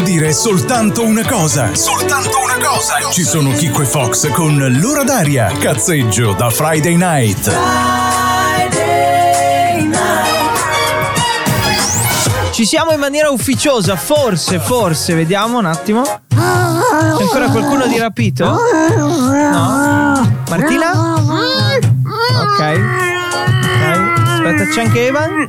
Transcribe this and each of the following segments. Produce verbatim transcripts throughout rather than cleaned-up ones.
dire soltanto una cosa. Soltanto una cosa. Ci sono Chicco e Fox con L'ora d'aria. Cazzeggio da Friday Night. Friday Night. Ci siamo in maniera ufficiosa, forse, forse, vediamo un attimo. C'è ancora qualcuno di rapito? No? Martina? Ok. Aspetta, c'è anche Evan?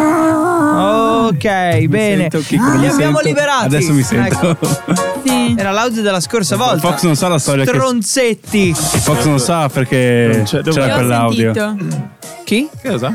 Ok, mi bene. Sento, Chicco, Li mi abbiamo sento. liberati. Adesso mi sento. Ecco. Sì. Era l'audio della scorsa volta. Fox non sa la storia. Stronzetti. Che... Fox non sa perché Io c'era ho quell'audio. sentito. Chi? Che cosa?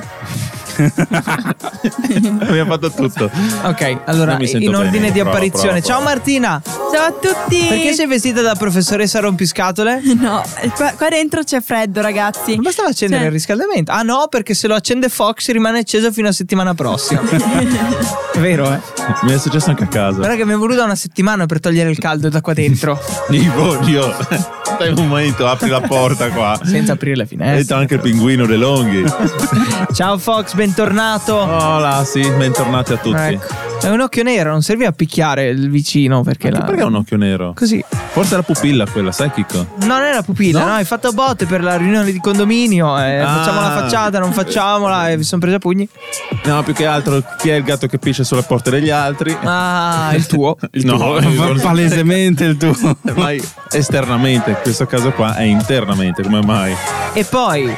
Abbiamo fatto tutto. Ok, allora Non mi sento in ordine bene. di Prova, apparizione. prova, Ciao prova. Martina. Ciao a tutti. Perché sei vestita da professoressa rompiscatole? No, qua, qua dentro c'è freddo, ragazzi. Non bastava accendere Cioè- il riscaldamento. Ah no, perché se lo accende Fox rimane acceso fino a settimana prossima. È vero, eh? Mi è successo anche a casa. Guarda che mi è voluta una settimana per togliere il caldo da qua dentro. Io, io Dai un momento, apri la porta qua. Senza aprire le Entra finestre. anche il pinguino De Longhi. Ciao Fox, bentornato. Hola, sì, bentornati a tutti. Ecco. È un occhio nero, non serviva a picchiare il vicino perché Ma la... perché ha un occhio nero? Così. Forse è la pupilla quella, sai Chicco? Non è la pupilla, no? No? Hai fatto botte per la riunione di condominio. Eh, Ah. Facciamo la facciata, non facciamola. E vi sono presi a pugni. No, più che altro chi è il gatto che piscia sulle porte degli altri? Ah, il tuo. Il no, Pa- palesemente il tuo. ma esternamente, in questo caso qua è internamente, come mai? E poi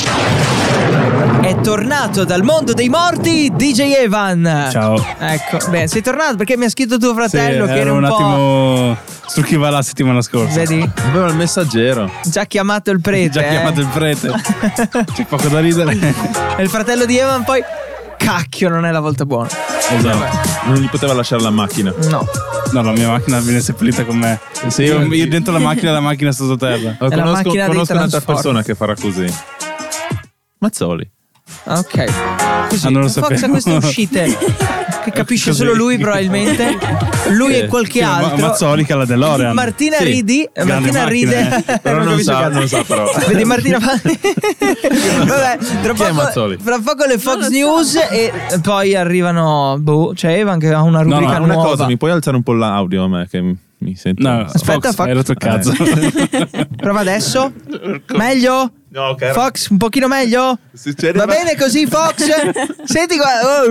è tornato dal mondo dei morti D J Evan. Ciao. Ecco, beh, sei tornato perché mi ha scritto tuo fratello Sì, che era ero un, un po'. attimo su chi va la settimana scorsa. Vedi? Aveva il messaggero. Già chiamato il prete. Già eh. chiamato il prete. C'è poco da ridere. E il fratello di Evan poi. Cacchio, non è la volta buona. Esatto. Non gli poteva lasciare la macchina. No. No, la mia macchina viene seppellita con me. Sì, io, io- io dentro la macchina, la macchina è sottoterra. Oh, È la conosco macchina dei conosco un'altra Transform. persona che farà così. Mazzoli. Ok. Così. Ah, non lo Fox sapevo. ha queste uscite che capisce Così. solo lui probabilmente. Lui e qualche Sì, ma- altro. Mazzoli che ha la DeLorean. Martina Sì. ridi. Grande Martina macchina, ride. eh. Però non capisce sa, cazzo. non sa però. Vedi Martina fa... Vabbè, tra Chi è poco, Mazzoli? fra poco le Fox Non lo so. News e poi arrivano boh, c'è Evan che ha una rubrica No, una nuova. cosa, mi puoi alzare un po' l'audio a me che mi- mi sento. No, Aspetta, Fox, Fox. hai rotto il cazzo. Prova adesso. Meglio? No, ok. Fox, un pochino meglio? Succede, Va ma- bene così Fox? Senti qua.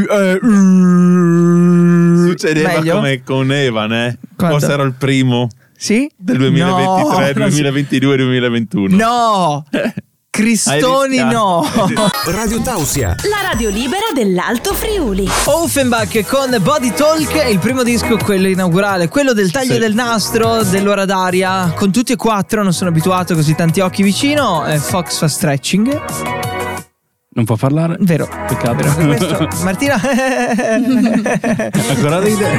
Succedeva Meglio? come con Evan, eh. Quando? Forse ero il primo Sì? del duemilaventitré, No, duemilaventidue, duemilaventuno. No! Cristoni Hai no! Radio Tausia. La radio libera dell'Alto Friuli. Offenbach con Body Talk, il primo disco, quello inaugurale, quello del taglio Sì. del nastro, dell'ora d'aria, con tutti e quattro, non sono abituato a così tanti occhi vicino. eh, Fox fa stretching, Non può parlare. vero? Peccato. Vero anche questo. Martina. Ancora ride.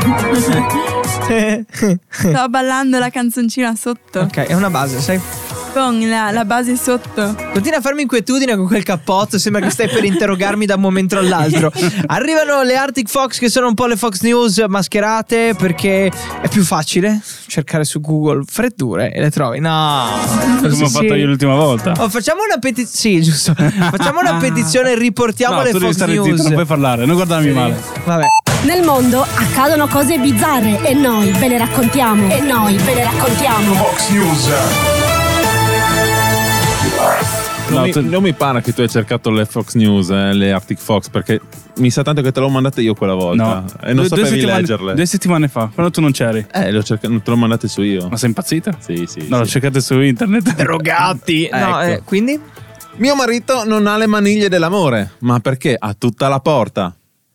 Stavo ballando la canzoncina sotto. Ok, è una base, sai? Con la, la base sotto. Continua a farmi inquietudine con quel cappotto, sembra che stai per interrogarmi da un momento all'altro. Arrivano le Arctic Fox che sono un po' le Fox News mascherate perché è più facile cercare su Google freddure e le trovi. No, Come ho fatto io l'ultima volta. Oh, facciamo una petizione. Sì, giusto. Facciamo una petizione e riportiamo No, le tu devi Fox stare News. zitto, non puoi parlare, non guardarmi male. Vabbè. Nel mondo accadono cose bizzarre e noi ve le raccontiamo. E noi ve le raccontiamo. Fox News. Non, No, mi, tu- non mi pare che tu hai cercato le Fox News, eh, le Arctic Fox, perché mi sa tanto che te l'ho mandate io quella volta. No. E non Due- due sapevi settimane- leggerle. Due settimane fa, quando tu non c'eri. Eh, le ho cerca- te l'ho mandate su io. Ma sei impazzita? Sì, sì. No, lo sì. cercate su internet. Drogati. No, Ecco. eh, quindi? Mio marito non ha le maniglie dell'amore. Ma perché? Ha tutta la porta.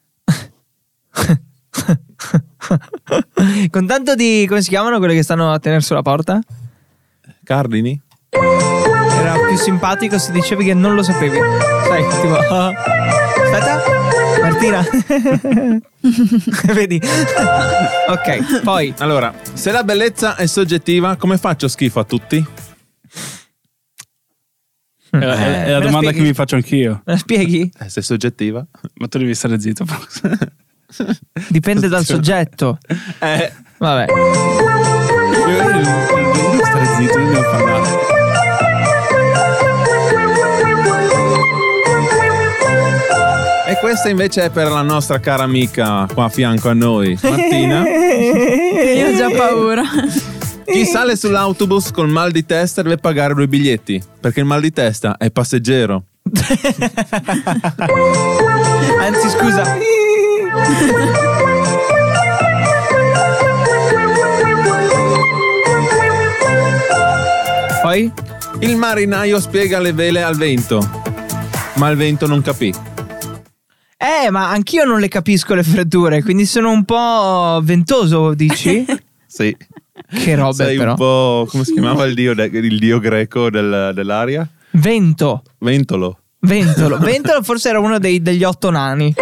Con tanto di. Come si chiamano quelle che stanno a tenere sulla porta? Cardini? Era più simpatico se dicevi che non lo sapevi. Sai, tipo. ah. Aspetta, Martina. Vedi? Ok, poi. Allora, se la bellezza è soggettiva, come faccio schifo a tutti? È, è- è me la la domanda spieghi? che mi faccio anch'io. Me la spieghi? Eh, se è soggettiva. Ma tu devi stare zitto, Fox. Dipende dal soggetto. Eh, Vabbè. Io- io- io devo stare zitto, non devo parlare. e questa invece è per la nostra cara amica qua a fianco a noi, Martina. Io ho già paura. Chi sale sull'autobus col mal di testa deve pagare due biglietti, perché il mal di testa è passeggero. Anzi, scusa. Poi? Il marinaio spiega le vele al vento, ma il vento non capì. Eh, ma anch'io non le capisco le freddure, quindi sono un po' ventoso, dici? Sì. Che roba, Sei però. un po', come si chiamava il dio, de- il dio greco del- dell'aria? Vento. Ventolo. Ventolo. Ventolo forse era uno dei- degli otto nani.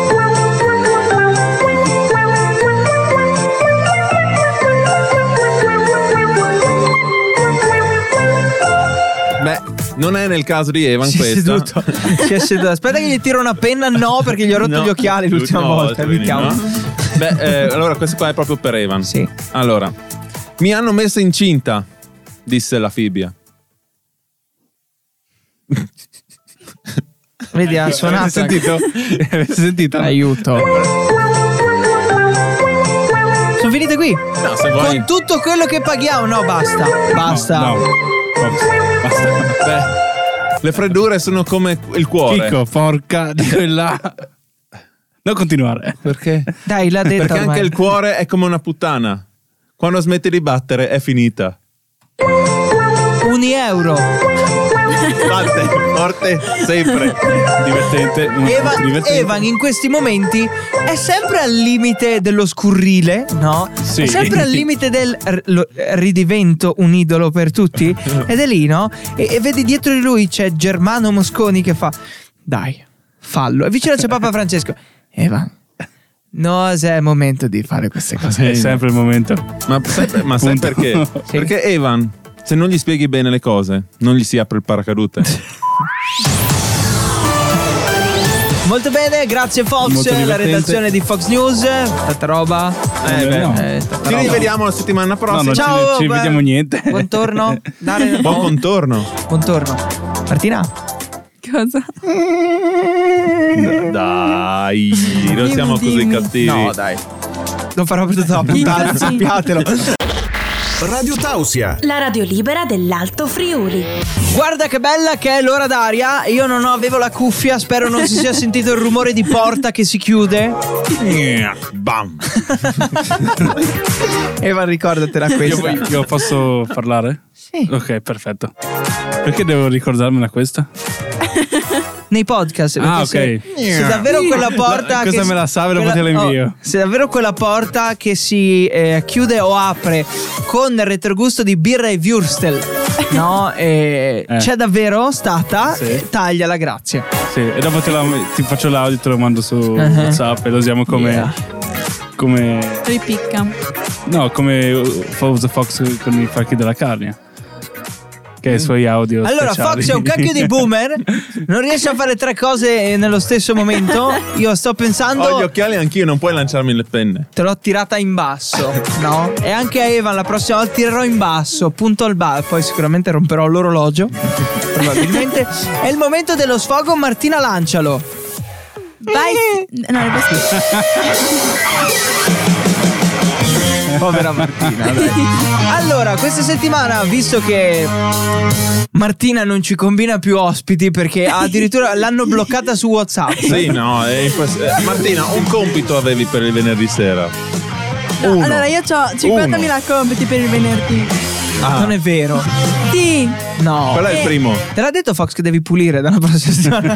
Beh, non è nel caso di Evan Si è questa. seduto. Si è seduto. Aspetta che gli tiro una penna. No, perché gli ho rotto No, gli occhiali l'ultima no, volta. vedi, Evitiamo. no? Beh, eh, allora questo qua è proprio per Evan. Sì. Allora, mi hanno messa incinta, disse la fibbia. Vedi, ha suonato. Avete sentito? Avete sentito? Aiuto. Sono finite qui. No, se vuoi. Con tutto quello che paghiamo. No, basta. Basta. No, Fox, basta. Beh, le freddure sono come il cuore. Chico, porca di quella. Non continuare. Perché? Dai, l'ha detto. Perché ormai. anche il cuore è come una puttana. Quando smetti di battere è finita. Un euro. Batte forte sempre. Divertente. Evan, divertente. Evan in questi momenti è sempre al limite dello scurrile, no? Sì. È sempre al limite del r- lo- ridivento un idolo per tutti. Ed è lì, no? E, e vedi dietro di lui c'è Germano Mosconi che fa: dai, fallo. E vicino c'è Papa Francesco. Evan, no, se è il momento di fare queste cose. È sempre il momento. Ma sai, ma sai Punto. perché? Perché Evan, se non gli spieghi bene le cose, non gli si apre il paracadute. Molto bene, grazie Fox, Molto la divertente. redazione di Fox News. Tanta roba. Eh, beh. no. Eh, tanta Ci roba. rivediamo la settimana No, prossima. non ci- Ciao, ci beh, vediamo niente. Buongiorno. Dare Buon contorno. Buongiorno. Martina? Cosa? Dai, non Dimmi, siamo così dimmi. cattivi. No, dai. Lo farò per tutta la puntata, Sì. sappiatelo. Radio Tausia. La radio libera dell'Alto Friuli. Guarda che bella che è l'ora d'aria. Io non avevo la cuffia, spero non si sia sentito il rumore di porta che si chiude. Bam. Eva, ricordatela Io, questa. io posso parlare? Sì. Ok, perfetto. Perché devo ricordarmela questa? Nei podcast. perché Ah, se, ok. se davvero quella porta. La- questa che me la sa, ve la quella- te la invio. oh, se davvero quella porta che si eh, chiude o apre con il retrogusto di birra e würstel, no? Eh, Eh. C'è davvero stata? Sì. eh, Tagliala, grazie. Sì, e dopo te la, ti faccio l'audio, te lo mando su WhatsApp e lo usiamo come. Yeah. Come. Ripicca. No, come usa Fox con i falchi della carne. Che ha i suoi audio. Allora, speciali. Fox è un cacchio di boomer. Non riesce a fare tre cose nello stesso momento. Io sto pensando. Ho gli occhiali anch'io, non puoi lanciarmi le penne. Te l'ho tirata in basso, no? E anche a Evan la prossima volta tirerò in basso, punto al bar. Poi sicuramente romperò l'orologio. Probabilmente. È il momento dello sfogo. Martina, lancialo. Vai. No, le posso- Povera Martina. dai. Allora, questa settimana, visto che Martina non ci combina più ospiti perché addirittura l'hanno bloccata su WhatsApp. Sì, no, è imposs- eh, Martina, un compito avevi per il venerdì sera. Uno. Allora, io ho cinquantamila compiti per il venerdì. Ah, Non è vero. Sì. No. Qual è il primo? Te l'ha detto Fox che devi pulire dalla prossima settimana?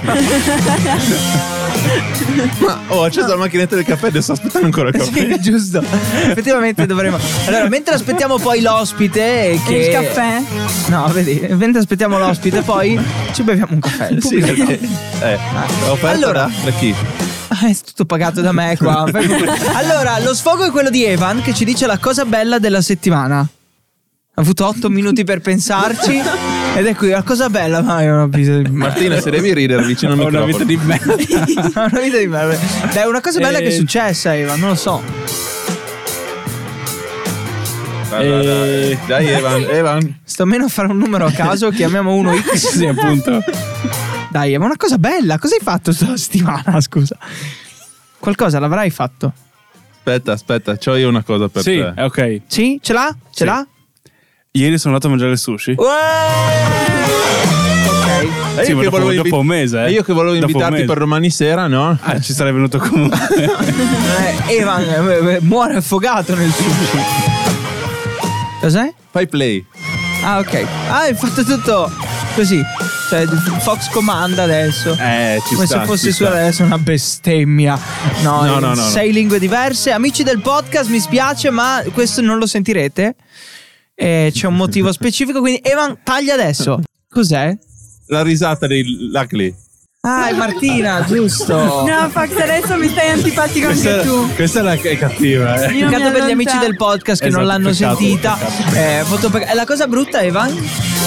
Ma ho acceso la macchinetta del caffè, adesso aspettando ancora il caffè. Sì, giusto. Effettivamente dovremmo. Allora, mentre aspettiamo poi l'ospite che... E il caffè? No, vedi, mentre aspettiamo l'ospite poi ci beviamo un caffè. Il Sì, pubblico. perché eh, offerta Allora. da, da chi? Ah, è tutto pagato da me qua. Allora, lo sfogo è quello di Evan che ci dice la cosa bella della settimana. Ha avuto otto minuti per pensarci. Ed è qui la cosa bella. Ma io non ho bisogno di Martina, se devi ridere vicino al Ho una microfono. vita di merda. una vita di merda. Dai, una cosa bella Eh. che è successa, Evan, non lo so. E... Dai Evan, Evan. Sto meno a fare un numero a caso, chiamiamo uno X. Sì, appunto. Dai, ma una cosa bella. Cosa hai fatto questa settimana? Scusa. Qualcosa l'avrai fatto? Aspetta, aspetta, c'ho io una cosa per Sì, te. è ok. Sì? Ce l'ha? Ce Sì. l'ha? Ieri sono andato a mangiare il sushi. Ok. E Sì, io ma che dopo- volevo dopo un mese, eh. E io che volevo Dopo un invitarti mese. per domani sera, no? Ah, ci sarei venuto comunque. Eh, Evan eh, eh, muore affogato nel sushi. Cos'è? Fai play. Ah, ok. Ah, hai fatto tutto così. Cioè, Fox comanda adesso. Eh, ci Come sta, se fosse ci su sta. adesso una bestemmia. No, No, eh, no, no, sei lingue diverse. Amici del podcast, mi spiace, ma questo non lo sentirete. Eh, c'è un motivo specifico, quindi Evan, taglia adesso. Cos'è? La risata dei Lacli. Ah, è Martina, giusto. No, Fox, adesso mi stai antipatico Questa, anche tu. questa è, la, è cattiva, eh. Io mi Peccato per gli amici allontano. del podcast che Esatto, non l'hanno peccato, sentita. peccato. Eh, molto peccato. È la cosa brutta, Evan?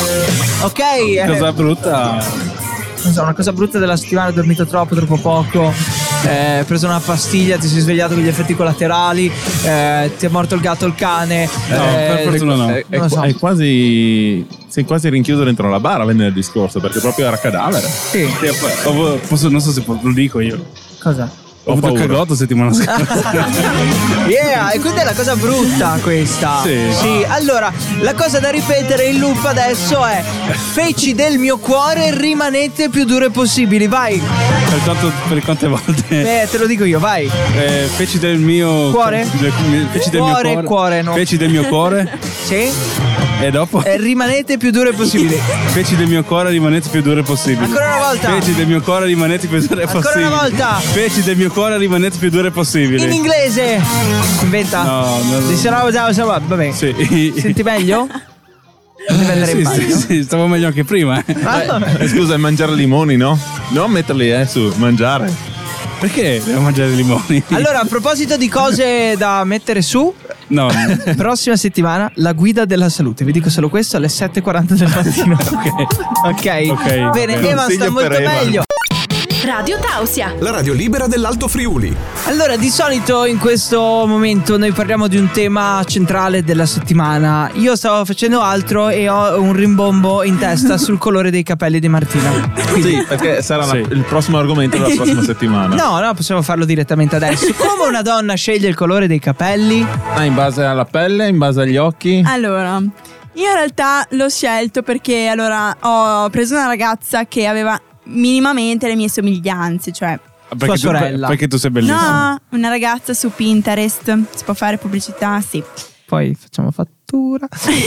Ok. eh, Cosa brutta. non so, una cosa brutta della settimana: hai dormito troppo, troppo poco. Eh, hai preso una pastiglia, ti sei svegliato con gli effetti collaterali. Eh, ti è morto il gatto o il cane. No, per fortuna no. È, è, Non lo so. è quasi. Sei quasi rinchiuso dentro la bara venerdì scorso perché proprio era cadavere. Sì. Sì, ho- posso- non so se po- lo dico io. Cosa? Ho avuto il paura. cagotto settimana scorsa. Yeah, e quindi è la cosa brutta questa. Sì. Allora, la cosa da ripetere in loop adesso è: feci del mio cuore, rimanete più dure possibili. Vai. per, quanto, per quante volte? Beh, te lo dico io, vai. Eh, feci del mio Cuore? del- feci del Cuore, mio cuore. cuore, no. Feci del mio cuore. Sì. E dopo? E rimanete più dure possibili. Feci del mio cuore, rimanete più dure possibili. Ancora una volta. Feci del mio cuore, rimanete più dure Ancora possibili. una volta. Feci del mio cuore, rimanete più dure possibili. In inglese. Inventa. No, no, no. Di se no, già, già, vabbè. Sì. Senti meglio? Deve andare in Sì, bagno. sì, sì, stavo meglio anche prima. eh. Ah, Eh, scusa, è mangiare limoni, no? Non metterli, eh, su, mangiare. Perché devo mangiare i limoni? allora, a proposito di cose da mettere su, No, prossima settimana la guida della salute. Vi dico solo questo alle sette e quaranta del mattino. Ok. Ok. Ok, Bene, va bene. Evan sta Consiglio molto per Evan. meglio. Radio Tausia. La radio libera dell'Alto Friuli. Allora, di solito in questo momento noi parliamo di un tema centrale della settimana. Io stavo facendo altro e ho un rimbombo in testa sul colore dei capelli di Martina. Quindi, Sì, perché sarà la- Sì. il prossimo argomento della prossima settimana. no, no, possiamo farlo direttamente adesso. Come una donna sceglie il colore dei capelli? Ah, in base alla pelle, in base agli occhi. Allora, io in realtà l'ho scelto perché allora ho preso una ragazza che aveva minimamente le mie somiglianze, cioè perché Sua tu, sorella. perché tu sei bellissima. no, una ragazza su Pinterest, si può fare pubblicità, sì. Poi facciamo fattura.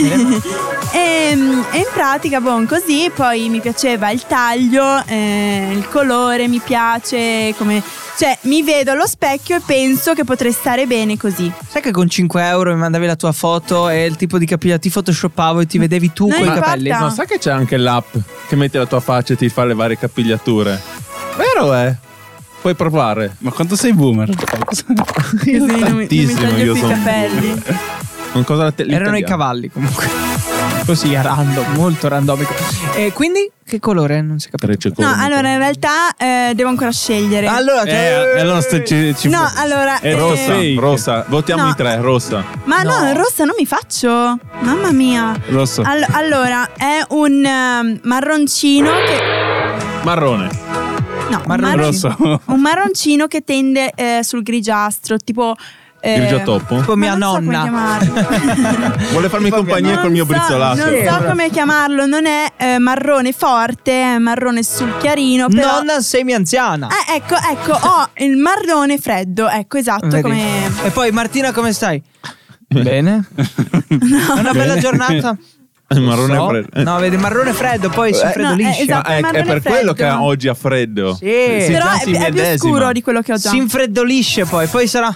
E, e in pratica, bon, così poi mi piaceva il taglio, eh, il colore mi piace, come, cioè mi vedo allo specchio e penso che potrei stare bene così. Sai che con cinque euro mi mandavi la tua foto e il tipo di capelli ti photoshopavo e ti vedevi tu Non con i importa. capelli? No, sai che c'è anche l'app che mette la tua faccia e ti fa le varie capigliature? Vero, eh? Puoi provare. Ma quanto sei boomer? Così non mi, non mi Tantissimo, taglio io più i sono- capelli. Con cosa la te- Erano i l'italiano. cavalli comunque. Così a random, molto randomico. E quindi che colore? Non si capisce. Trecce No, corni. allora in realtà eh, devo ancora scegliere. Allora, Eh, allora st- ci, ci No, allora Eh, eh, Rossa, fake. rossa. Votiamo No. i tre, rossa. Ma no, No. rossa non mi faccio. Mamma mia. Rosso. All- allora, è un ehm, marroncino che Marrone. no, un Marrone. marron- Rosso. un marroncino che tende eh, sul grigiastro, tipo eh, Grigio toppo. tipo ma mia non so come nonna. chiamarlo. Vuole farmi compagnia Non col mio so- brizzolato. Non so come chiamarlo, non è eh, marrone forte, è marrone sul chiarino, però Nonna semi anziana. Eh, ecco, ecco, ho il marrone freddo, ecco, esatto, Vedi? come E poi Martina, come stai? Bene. È una bella giornata. Il marrone So. freddo. Eh. No, vedi, marrone freddo, poi si Eh, infreddollisce. no, esatto. Ah, è, è marrone per quello che freddo. oggi ha freddo. Sì. Si però già è, si è più medesima. scuro di quello che ho già. Si infreddolisce poi, poi sarà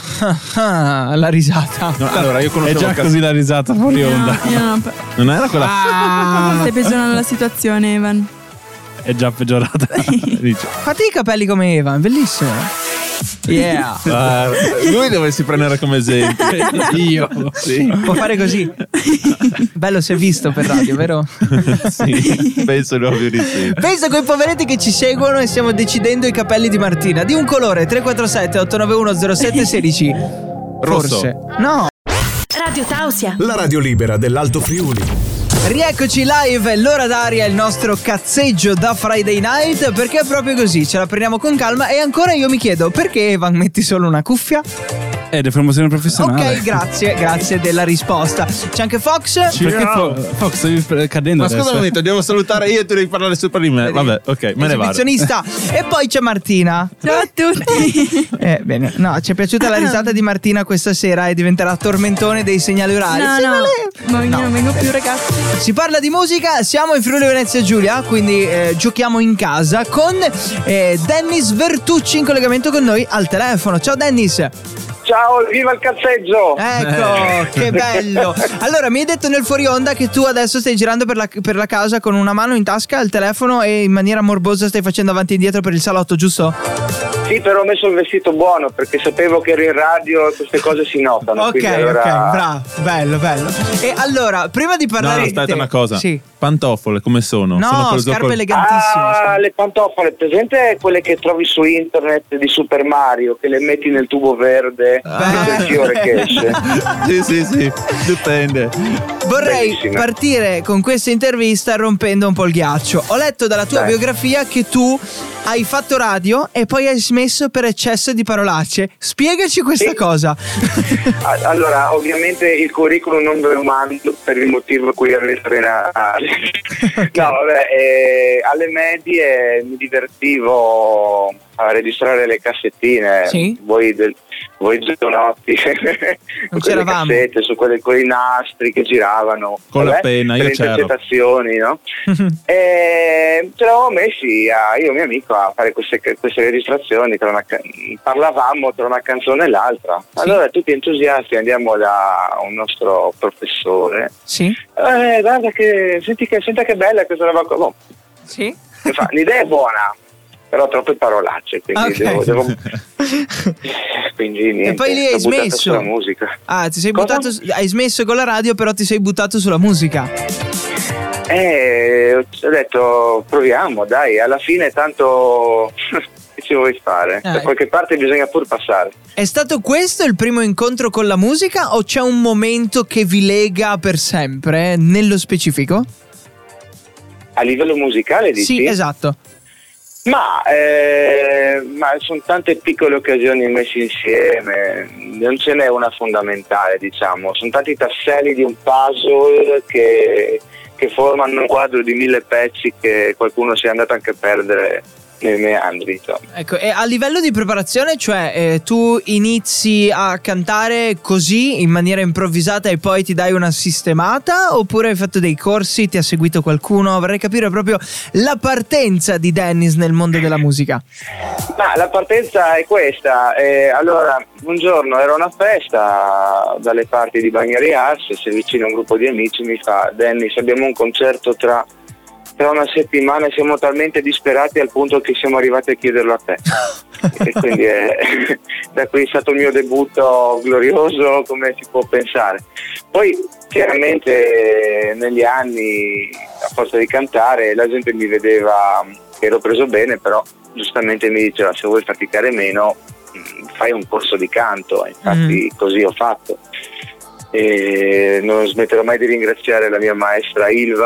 la risata. No, allora, io È conoscevo già Cas- così la risata fuori No, onda. io non ho- Non era quella. Ah. Stai peggiorando la situazione, Evan. È già peggiorata. Dice. Fate i capelli come Eva, è bellissimo. Yeah. Ah, lui dovresti prendere come esempio. Io. Sì. Può fare così. Bello si è visto per radio, vero? Sì, penso proprio di sì. Pensa a quei poveretti che ci seguono e stiamo decidendo i capelli di Martina. Di un colore tre quattro sette otto nove uno zero sette uno sei. Rosso. Forse. No. Radio Tausia. La radio libera dell'Alto Friuli. Rieccoci live, l'ora d'aria, il nostro cazzeggio da Friday Night, perché è proprio così, ce la prendiamo con calma. E ancora io mi chiedo, perché Evan metti solo una cuffia? È di formazione professionale. Ok, grazie, grazie della risposta. C'è anche Fox. Perché Fo- Fox stai cadendo Ma adesso. scusa un momento, devo salutare io e tu devi parlare sopra di me. Vabbè, ok, me ne vado. Esibizionista. E poi c'è Martina. Ciao a tutti. Eh, bene, no, ci è piaciuta la risata di Martina questa sera e diventerà tormentone dei segnali orari. No, Sì, no, ma lei- ma io No. non vengo più, ragazzi. Si parla di musica, siamo in Friuli Venezia Giulia, quindi eh, giochiamo in casa con eh, Dennis Vertucci in collegamento con noi al telefono. Ciao Dennis. Ciao, viva il cazzeggio! Ecco, che bello. Allora, mi hai detto nel fuori onda che tu adesso stai girando per la, per la casa con una mano in tasca, il telefono, e in maniera morbosa stai facendo avanti e indietro per il salotto, giusto? Sì, però ho messo il vestito buono perché sapevo che ero in radio e queste cose si notano. Ok, quindi allora... ok, bravo, bello, bello. E allora, prima di No, parlare no, di aspetta te- una cosa. Sì. Pantofole, come sono? sono No, col scarpe gioco- elegantissime. Ah, le pantofole, presente quelle che trovi su internet di Super Mario, che le metti nel tubo verde, Ah. che c'è il fiore che esce. Sì, sì, sì, dipende. Vorrei Bellissime. partire con questa intervista rompendo un po' il ghiaccio. Ho letto dalla tua Dai. biografia che tu hai fatto radio e poi hai smesso per eccesso di parolacce. Spiegaci questa Sì. cosa. A- Allora, ovviamente il curriculum non ve lo mando per il motivo a cui avete appena. No, vabbè, eh, alle medie mi divertivo a registrare le cassettine. Sì. Voi, del, voi giovanotti con quelle c'eravamo. cassette, su quelle con i nastri che giravano Con la vabbè, penna, io per c'ero. intercettazioni, no? E ci eravamo messi a, io e mio amico a fare queste, queste registrazioni tra una, ca- parlavamo tra una canzone e l'altra. Allora tutti entusiasti andiamo da un nostro professore. Sì? Eh, guarda che senti che senta che bella questa roba qua. Boh, Sì? che fa? L'idea è buona, però troppe parolacce, quindi Ok. devo, devo... quindi niente. E poi lì hai l'ho buttata smesso. sulla musica. Ah, ti sei Cosa? buttato, hai smesso con la radio, però ti sei buttato sulla musica. Eh, ho detto proviamo, dai, alla fine tanto che ci vuoi fare? Eh. Da qualche parte bisogna pur passare. È stato questo il primo incontro con la musica o c'è un momento che vi lega per sempre, nello specifico? A livello musicale dici? Sì, esatto. Ma, eh, ma sono tante piccole occasioni messe insieme, non ce n'è una fondamentale, diciamo, sono tanti tasselli di un puzzle che, che formano un quadro di mille pezzi che qualcuno si è andato anche a perdere nei meandri, insomma. Ecco, e a livello di preparazione, cioè eh, tu inizi a cantare così in maniera improvvisata e poi ti dai una sistemata, oppure hai fatto dei corsi, ti ha seguito qualcuno? Vorrei capire proprio la partenza di Dennis nel mondo della musica. Ma la partenza è questa, eh, allora un giorno era una festa dalle parti di Bagnari Ars, si avvicina un gruppo di amici, mi fa: Dennis, abbiamo un concerto tra, tra una settimana e siamo talmente disperati al punto che siamo arrivati a chiederlo a te. E quindi è, da qui è stato il mio debutto glorioso, come si può pensare. Poi chiaramente negli anni, a forza di cantare, la gente mi vedeva che ero preso bene, però giustamente mi diceva: se vuoi faticare meno fai un corso di canto. Infatti Mm. così ho fatto, e non smetterò mai di ringraziare la mia maestra Ilva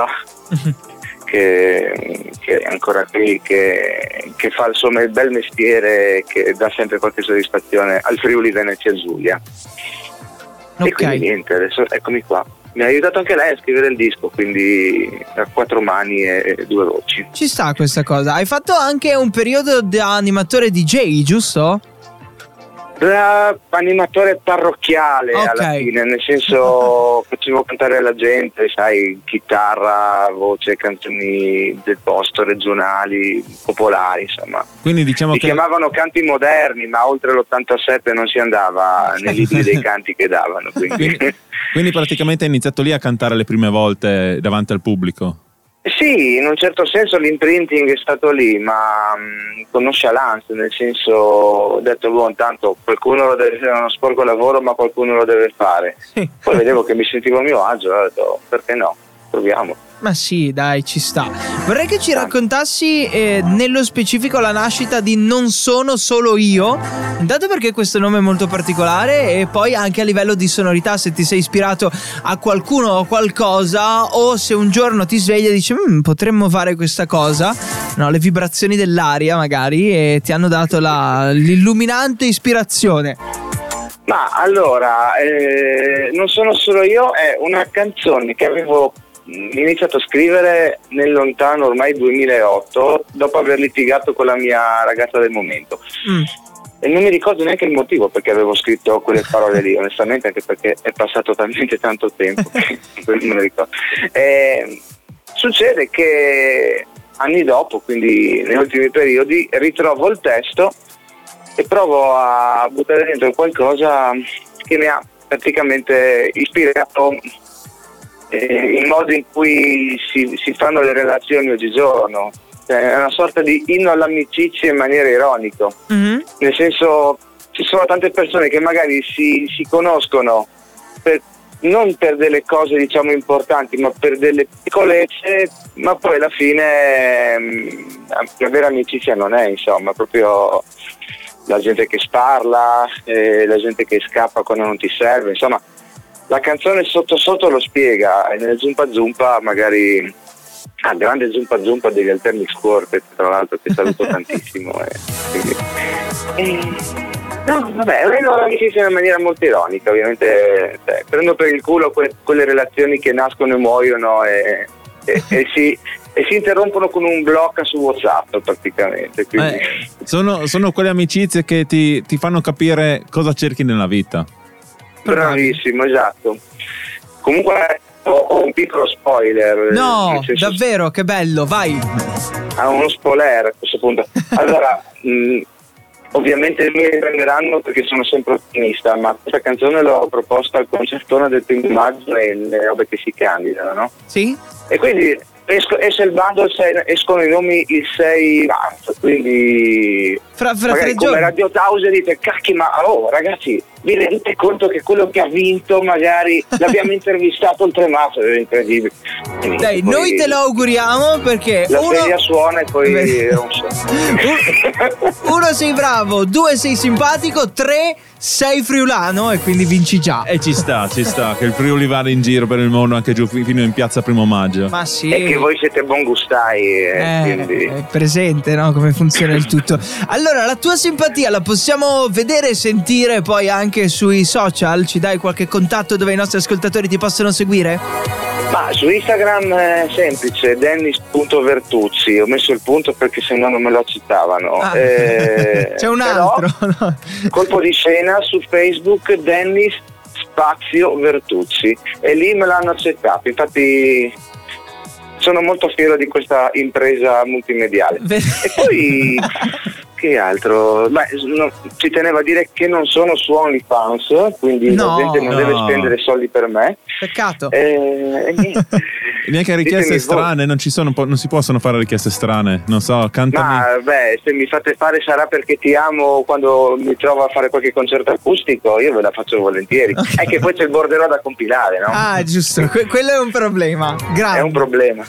che, che è ancora qui, che, che fa il suo me- bel mestiere, che dà sempre qualche soddisfazione al Friuli Venezia Giulia. E Ok. quindi niente, adesso eccomi qua. Mi ha aiutato anche lei a scrivere il disco, quindi a quattro mani e due voci. Ci sta questa cosa. Hai fatto anche un periodo da animatore D J, giusto? Da animatore parrocchiale Ok. alla fine, nel senso facevo cantare la gente, sai, chitarra, voce, canzoni del posto, regionali, popolari, insomma. Quindi diciamo Si che chiamavano canti moderni, ma oltre l'ottantasette non si andava nei libri dei canti che davano, quindi... quindi, quindi praticamente hai iniziato lì a cantare le prime volte davanti al pubblico. Sì, in un certo senso l'imprinting è stato lì, ma mh, con nonchalance, nel senso, ho detto, buon, tanto qualcuno lo deve fare, uno sporco lavoro, ma qualcuno lo deve fare. Sì. Poi vedevo che mi sentivo a mio agio, ho detto, perché no? proviamo. Ma sì, dai, ci sta. Vorrei che ci raccontassi eh, nello specifico la nascita di Non Sono Solo Io. Intanto perché questo nome è molto particolare, e poi anche a livello di sonorità, se ti sei ispirato a qualcuno o qualcosa, o se un giorno ti svegli e dici mmm, potremmo fare questa cosa, no, le vibrazioni dell'aria magari, e ti hanno dato la, l'illuminante ispirazione. Ma allora, eh, Non Sono Solo Io è una canzone che avevo iniziato a scrivere nel lontano ormai duemilaotto, dopo aver litigato con la mia ragazza del momento. Mm. E non mi ricordo neanche il motivo perché avevo scritto quelle parole lì, onestamente, anche perché è passato talmente tanto tempo che non me lo ricordo. E succede che anni dopo, quindi negli ultimi periodi, ritrovo il testo e provo a buttare dentro qualcosa che mi ha praticamente ispirato eh, il modo in cui si, si fanno le relazioni oggigiorno. Cioè, è una sorta di inno all'amicizia in maniera ironica. Mm-hmm. Nel senso, ci sono tante persone che magari si, si conoscono per, non per delle cose diciamo importanti, ma per delle piccolezze, ma poi alla fine mh, la vera amicizia non è, insomma, proprio la gente che sparla, eh, la gente che scappa quando non ti serve, insomma la canzone sotto sotto lo spiega, e nel Zumpa Zumpa magari ah, grande Zumpa Zumpa degli Alternic Quartet, tra l'altro, che saluto tantissimo, eh, quindi, eh, no vabbè, vedo l'amicizia in maniera molto ironica, ovviamente, cioè, prendo per il culo que- quelle relazioni che nascono e muoiono e, e, e si e si interrompono con un blocco su WhatsApp praticamente. Quindi. Eh, sono, sono quelle amicizie che ti, ti fanno capire cosa cerchi nella vita. Bravissimo, esatto. Comunque ho, ho un piccolo spoiler. No, davvero, che bello, vai. Ha uno spoiler a questo punto. Allora, mh, ovviamente mi riprenderanno perché sono sempre ottimista, ma questa canzone l'ho proposta al concertone del primo maggio e le robe che si candidano, no? Sì. E quindi Esco, esce il bando, escono i nomi il sei marzo, quindi fra, fra magari tre come giorni. Radio Tausia dite cacchi, ma oh ragazzi, vi rendete conto che quello che ha vinto magari l'abbiamo intervistato il tre marzo, è incredibile. Quindi, dai, poi noi te lo auguriamo, perché la uno sveglia suona e poi Beh. non so. uno sei bravo, due sei simpatico, tre sei friulano e quindi vinci già. E ci sta, ci sta, che il Friuli vada in giro per il mondo anche giù fino in piazza Primo Maggio. Ma sì. E che voi siete buon gustai, eh, eh, quindi. è presente, no? Come funziona il tutto. Allora, la tua simpatia la possiamo vedere e sentire poi anche sui social? Ci dai qualche contatto dove i nostri ascoltatori ti possono seguire? Ma su Instagram è semplice, dennis punto vertuzzi, ho messo il punto perché se no non me lo accettavano. Ah, eh, c'è un però, altro, no? Colpo di scena su Facebook, Dennis Spazio Vertuzzi, e lì me l'hanno accettato, infatti sono molto fiero di questa impresa multimediale. Beh. E poi che altro? Beh, no, ci tenevo a dire che non sono su OnlyFans, quindi no, la gente non no. deve spendere soldi per me. Peccato. Eh, e niente. Neanche richieste Ditemi strane, non ci sono, non si possono fare richieste strane, non so, cantami. Ma beh, se mi fate fare sarà perché ti amo quando mi trovo a fare qualche concerto acustico, io ve la faccio volentieri. Okay. È che poi c'è il borderò da compilare, no? Ah, giusto, que- quello è un problema. Grande. È un problema.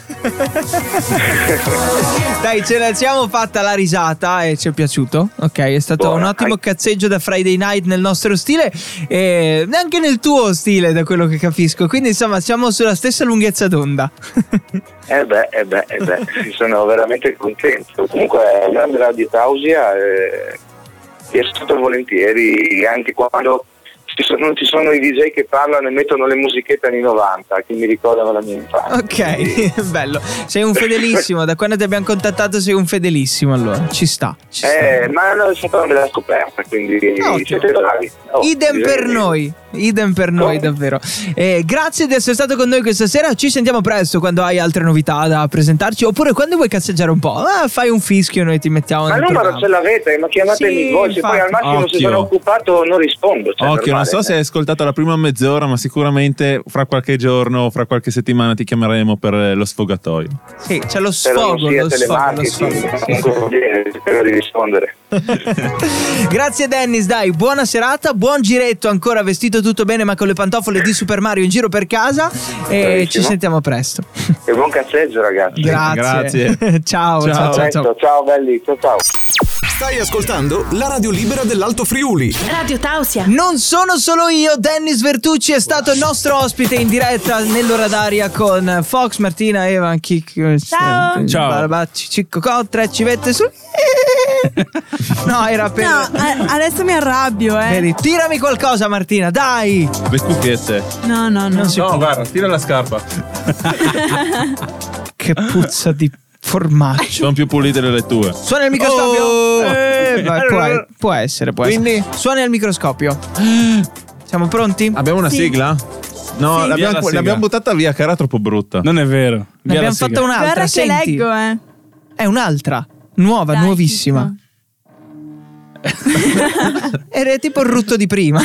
Dai, ce la siamo fatta la risata e ci è piaciuto. Ok, è stato Buona, un ottimo hai... cazzeggio da Friday Night nel nostro stile e neanche nel tuo stile, da quello che capisco. Quindi insomma siamo sulla stessa lunghezza d'onda. Eh beh, eh beh, eh beh, sono veramente contento. Comunque, grande Radio Tausia, eh, ti ascolto volentieri anche quando ci sono, non ci sono i D J che parlano e mettono le musichette anni novanta che mi ricordano la mia infanzia. Ok, bello. Sei un fedelissimo, da quando ti abbiamo contattato sei un fedelissimo, allora ci sta. Ci Eh, sta. ma è stata una bella scoperta, quindi Ottimo. siete bravi. Oh, Idem per bisogna- noi, idem per noi, Come? davvero. Eh, grazie di essere stato con noi questa sera. Ci sentiamo presto quando hai altre novità da presentarci, oppure quando vuoi cazzeggiare un po'. Ah, fai un fischio e noi ti mettiamo Ma nel il numero programma. ce l'avete, ma chiamatemi Sì, voi, se poi al infatti. massimo se Occhio. sono occupato non rispondo. Cioè, Occhio, normale. so bene. se hai ascoltato la prima mezz'ora, ma sicuramente fra qualche giorno, fra qualche settimana ti chiameremo per lo sfogatoio. Sì, c'è lo Spero non sfogo, sia lo sfogo, lo sfogo. telemarketing. Comunque, bene, spero di rispondere. Grazie Dennis, dai, buona serata, buon giretto, ancora vestito tutto bene ma con le pantofole di Super Mario in giro per casa e Bravissimo. ci sentiamo presto. E buon cazzeggio, ragazzi. Grazie. Grazie. ciao, ciao, ciao, Presto, ciao. ciao belli, ciao ciao. Stai ascoltando la radio libera dell'Alto Friuli. Radio Tausia. Non sono solo io, Dennis Vertucci è stato il nostro ospite in diretta nell'ora d'aria con Fox, Martina, Eva, Chic. Ciao. Ciao. Barbacci, Cicco Co, tre civette su. No, era per. No, a- adesso mi arrabbio, eh. Vedi, tirami qualcosa, Martina, dai. Le cucchiette. No, no, no. Non si No, può. guarda, tira la scarpa. Che puzza di formaggio. Sono più pulite le tue. Suona il microscopio. Oh. Eh, beh, può, può essere, può Quindi? essere. Suona il microscopio. Siamo pronti? Abbiamo una Sì. sigla? No, Sì. l'abbiamo, Via la sigla. l'abbiamo buttata via, che era troppo brutta. Non è vero. Ne Via la abbiamo sigla. fatta un'altra, Guarda che senti. leggo, eh. È un'altra, nuova, Dai, nuovissima. Era tipo il rutto di prima.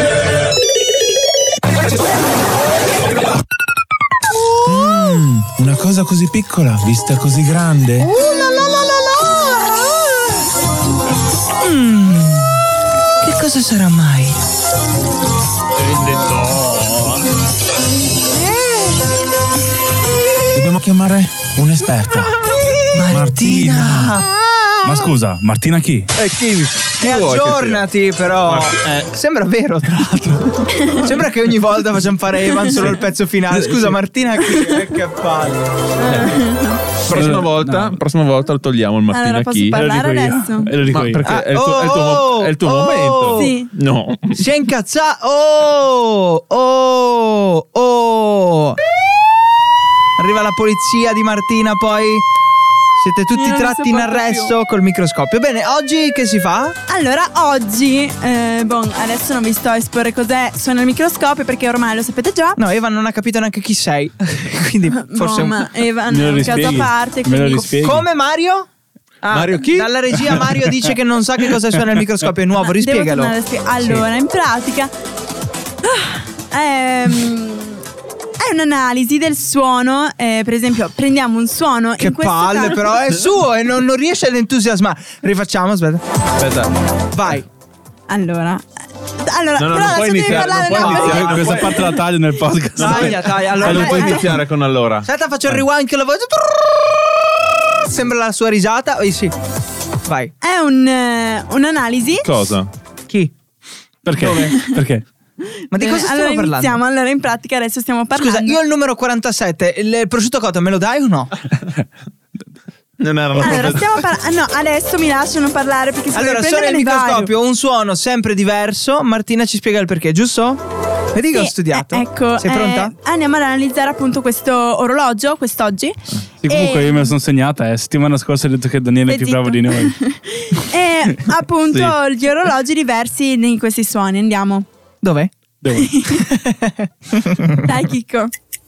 Mm, una cosa così piccola, vista così grande. Mm, che cosa sarà mai? Dobbiamo chiamare un'esperta. Martina! Ma scusa, Martina chi? Eh, chi, chi E vuoi che sia? aggiornati però. Sembra vero tra l'altro. Sembra che ogni volta facciamo fare Evan solo il pezzo finale. Scusa Martina chi? Eh, che palle. Prossima volta, No. prossima volta lo togliamo il Martina Allora, posso chi. E lo parlare dico io. adesso? E lo dico Ma io. perché Ah, è il tuo, è il tuo mo- oh, è il tuo oh, momento. Sì. No. Si è incazzato. Oh! Oh! Oh! Arriva la polizia di Martina, poi siete tutti Io non tratti in sopporto arresto col microscopio. Bene, oggi che si fa? Allora, oggi, eh, bon, adesso non vi sto a esporre cos'è Suona il microscopio perché ormai lo sapete già. No, Eva non ha capito neanche chi sei. Quindi forse Boh, un- ma Evan Me lo è un caso a rispieghi? parte. Me lo quindi- rispieghi? Come Mario? Ah, Mario chi? Dalla regia Mario dice che non sa che cosa suona il microscopio, è nuovo, Ah, devo rispiegalo. tornare a spie- allora, in pratica ah, ehm, è un'analisi del suono. eh, per esempio, prendiamo un suono. Che in questo palle, caso- però è suo e non, non riesce ad entusiasmare. Rifacciamo, aspetta. Aspetta. Vai. Allora, allora, No, no, però non puoi lasciatemi iniziare, parlare, non puoi no, iniziare. perché- non Questa puoi- parte la taglio nel podcast. Taglia, taglia. Allora, non puoi eh, iniziare con allora. aspetta, faccio il rewind che la voce. Sembra la sua risata. Eh, sì. Vai. È un, eh, un'analisi. Cosa? Chi? Perché? Dove? Perché? Ma di Eh, cosa stiamo allora parlando? iniziamo. Allora, in pratica adesso stiamo parlando. Scusa, io ho il numero quarantasette. Il prosciutto cotto me lo dai o no? Non era la Allora, propria. stiamo parlando. No, adesso mi lasciano parlare perché se Allora, devo suona il prendere ne microscopio, un suono sempre diverso. Martina ci spiega il perché, giusto? Vedi che ho Sì, studiato. eh, ecco, Sei eh, pronta? andiamo ad analizzare appunto questo orologio quest'oggi. Sì, comunque E- io me la sono segnata. Eh. Settimana scorsa hai detto che Daniele è Stai più bravo di zitto. noi. E appunto gli orologi diversi in questi suoni. Andiamo. Dove? Dove? Dai, Chicco.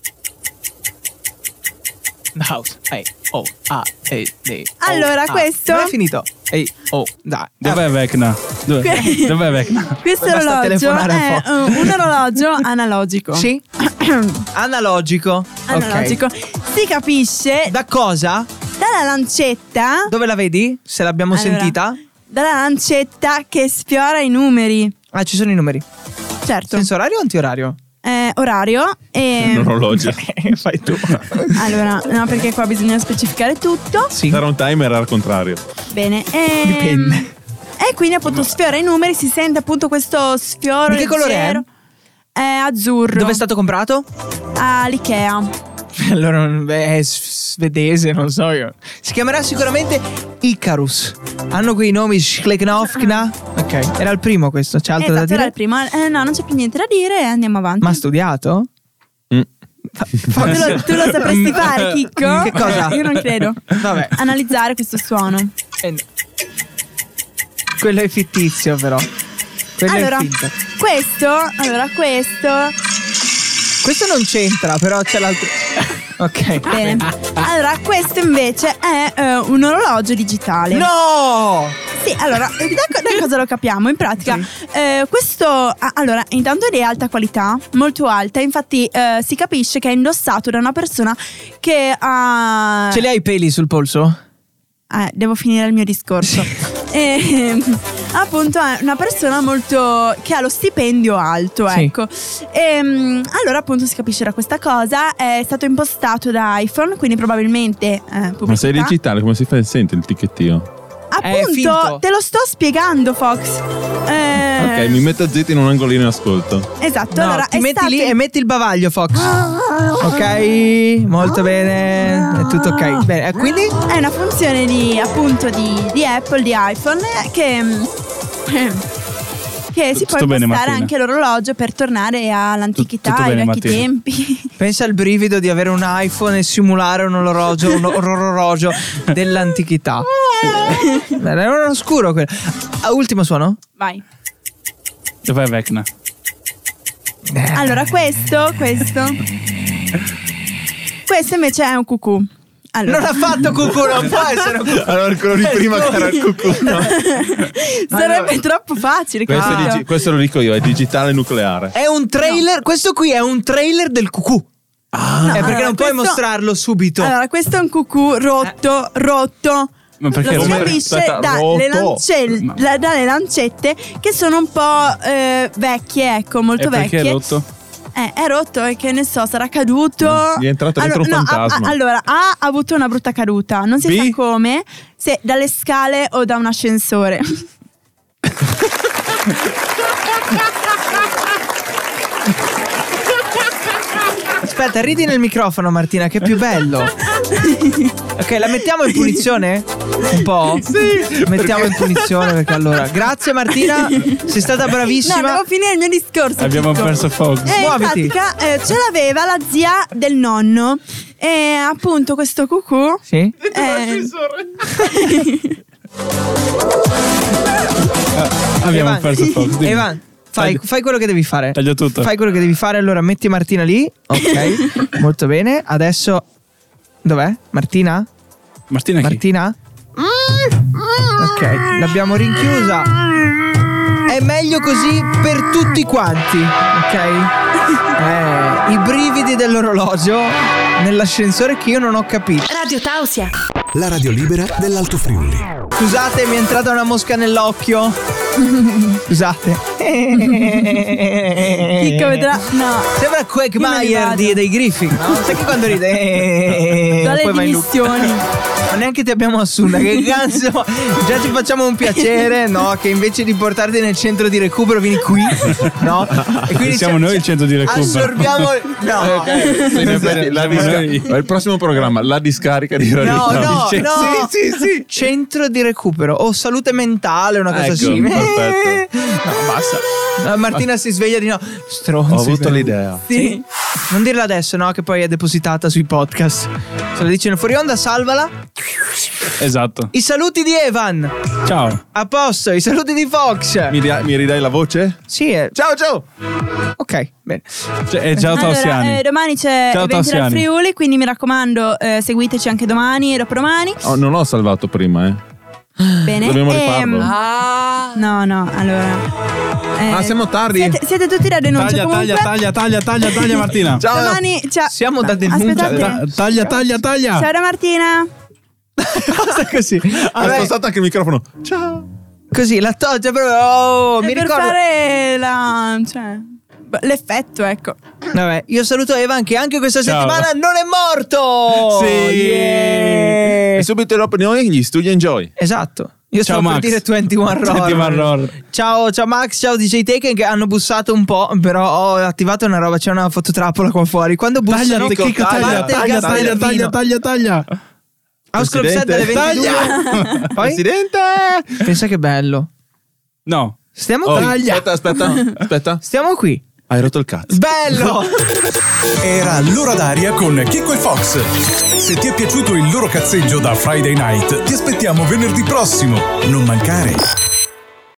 House. Ehi, oh, ah, ehi, ehi, oh, Allora, ah. questo- Non è finito. Ehi, oh, dai. Dov'è Vecna? Dov'è, Que- Dov'è Vecna? Questo Basta orologio telefonare a è Fo- un, un orologio analogico. Sì? Analogico. Analogico. Si capisce Ok. Da cosa? dalla lancetta. Dove la vedi? Se l'abbiamo Allora, sentita? Dalla lancetta che sfiora i numeri. Ah, ci sono i numeri. Certo. Senso orario o antiorario? Eh, orario. E Un orologio. Fai tu. allora, no, perché qua bisogna specificare tutto. Sì. Sarà un timer al contrario. Bene. E, Dipende. E quindi appunto sfiora i numeri, si sente appunto questo sfioro. Di che colore è? leggero. È azzurro. Dove è stato comprato? All'Ikea. Allora, beh, è s- svedese, non so io. Si chiamerà sicuramente Icarus. Hanno quei nomi Schleknofkna. Ok, era il primo questo, c'è altro da Esatto, era dire? il primo. Eh, no, non c'è più niente da dire. Andiamo avanti. Ma ha studiato? Mm. tu, lo, tu lo sapresti fare, Chicco? Che cosa? Io non credo. Vabbè. Analizzare questo suono. Eh, no. Quello è fittizio però. Quello allora, è finto. questo, allora questo. Questo non c'entra, però c'è l'altro. Ok. Bene. Allora, questo invece è eh, un orologio digitale. No! Sì, allora, da, da cosa lo capiamo? In pratica, eh, questo, ah, allora, intanto è di alta qualità, molto alta. Infatti, eh, si capisce che è indossato da una persona che ha. Ce li hai i peli sul polso? Eh, devo finire il mio discorso. E, appunto è una persona molto che ha lo stipendio alto, Sì. ecco. E, allora appunto si capisce da questa cosa. È stato impostato da iPhone, quindi probabilmente eh, pubblicità. Ma sei digitale, come si fa? Senti il ticchettio? È finto. Appunto, te lo sto spiegando, Fox. Eh, Ok, mi metto zitto in un angolino e ascolto. Esatto, No, allora ti è metti stato lì e metti il bavaglio, Fox. Ok, molto bene. È tutto ok. Bene, e quindi? È una funzione di appunto di, di Apple, di iPhone che, che si Tutto può bene, impostare Martina? anche l'orologio per tornare all'antichità, Tutto ai bene, vecchi Martina? tempi. Pensa al brivido di avere un iPhone e simulare un orologio, un or- orologio dell'antichità. Beh, era oscuro quello. Ah, ultimo suono? Vai. Dov'è Vecna? Allora questo, questo Questo invece è un cucù. Allora. Non ha fatto cucù, non può essere un cucù. Allora quello di prima che era il cucù, no? Sarebbe troppo facile. Questo, è capito? digi- questo lo dico io, è digitale nucleare. È un trailer, questo qui è un trailer del cucù. Ah, Eh, perché allora, non puoi questo- mostrarlo subito. Allora, questo è un cucù rotto, rotto. Ma perché Lo si rotto? capisce Aspetta, dalle, rotto. lancelle- Ma- da- dalle lancette che sono un po' eh, vecchie, ecco, molto E perché vecchie. è rotto? Eh, è rotto e che ne so, sarà caduto. Gli è entrato dentro allora, un no, fantasma. a- a- allora, A ha avuto una brutta caduta, non si B? sa come, se dalle scale o da un ascensore. Aspetta, ridi nel microfono, Martina, che è più bello. Ok, la mettiamo in punizione? Un po'? Sì, La mettiamo in punizione perché allora. Grazie Martina, sei stata No, bravissima. devo finire il mio discorso. Abbiamo Chico. perso Fox. Eh, in Muoviti. pratica eh, ce l'aveva la zia del nonno. E appunto questo cucù Sì? eh, Abbiamo Evan, perso Fox. dimmi. Evan, fai, Taglio- fai quello che devi fare. Taglio tutto. Fai quello che devi fare. Allora metti Martina lì. Ok, molto bene. Adesso dov'è? Martina? Martina chi? Martina? Ok, l'abbiamo rinchiusa. È meglio così per tutti quanti, ok? Eh, i brividi dell'orologio nell'ascensore che io non ho capito. Radio Tausia. La radio libera dell'Alto Friuli. Scusate, mi è entrata una mosca nell'occhio. Scusate. Chicco vedrà. No. Sembra Quagmire vado. di, dei Griffin, no? Sai che quando ride Do le poi va in loop. dimissioni. Ma neanche ti abbiamo assunta. Che cazzo? Già ti facciamo un piacere, no? Che invece di portarti nel centro di recupero vieni qui, no? E quindi Siamo c'è- noi il centro di recupero. Assorbiamo. No, Sì, ne- Sì, la siamo disca- noi. il prossimo programma, la discarica di Radio no, no, no. Sì, sì, sì. Centro di recupero o salute mentale, una cosa Ecco, simile. perfetto. No, basta. No, Martina si sveglia di no. Stronzi. Ho avuto però. l'idea. Sì. Non dirla adesso, no? Che poi è depositata sui podcast. Se la dici nel fuori onda, salvala. Esatto. I saluti di Evan. Ciao. A posto, i saluti di Fox. Mi, ria- mi ridai la voce? Sì, eh, Ciao, ciao. ok, bene. Cioè, eh, ciao Allora, Tausiani. eh, domani c'è Ciao, eventi dal Tausiani. Friuli, quindi mi raccomando, eh, seguiteci anche domani e dopodomani. Oh, non l'ho salvato prima, eh. Bene. Dobbiamo Ehm, rifarlo. No, no, allora. eh, Ah, siamo tardi? Siete, siete tutti da denuncia. Taglia, Comunque, taglia, taglia, taglia, taglia, taglia Martina. Ciao. domani. Ciao. Siamo da denuncia. Aspettate. Ta- taglia, taglia, taglia. Ciao da Martina. Basta così. Ha Vabbè, spostato anche il microfono. Ciao. così, la toggia proprio. Oh, È mi per ricordo. fare la. Cioè. L'effetto, ecco. Vabbè, io saluto Evan che anche questa Ciao. settimana non è morto. Sì. Yeah. E subito dopo noi gli studi Enjoy. Esatto. Io Ciao, stavo per Max. dire ventuno Roar. ventuno Roar. Ciao, ciao Max, ciao D J Taken che hanno bussato un po', però ho attivato una roba, c'è una fototrappola qua fuori. Quando Taglia, bussano, Chicco, taglia, parte il taglia, gas taglia, del taglia, vino. taglia, taglia. House Club set dalle Presidente, ventidue. Poi? Presidente. Pensa che bello. No. Stiamo Oh, qui. aspetta, aspetta, aspetta. Stiamo qui. Hai rotto il cazzo. Bello. Era l'ora d'aria con Chicco e Fox. Se ti è piaciuto il loro cazzeggio da Friday Night, ti aspettiamo venerdì prossimo. Non mancare.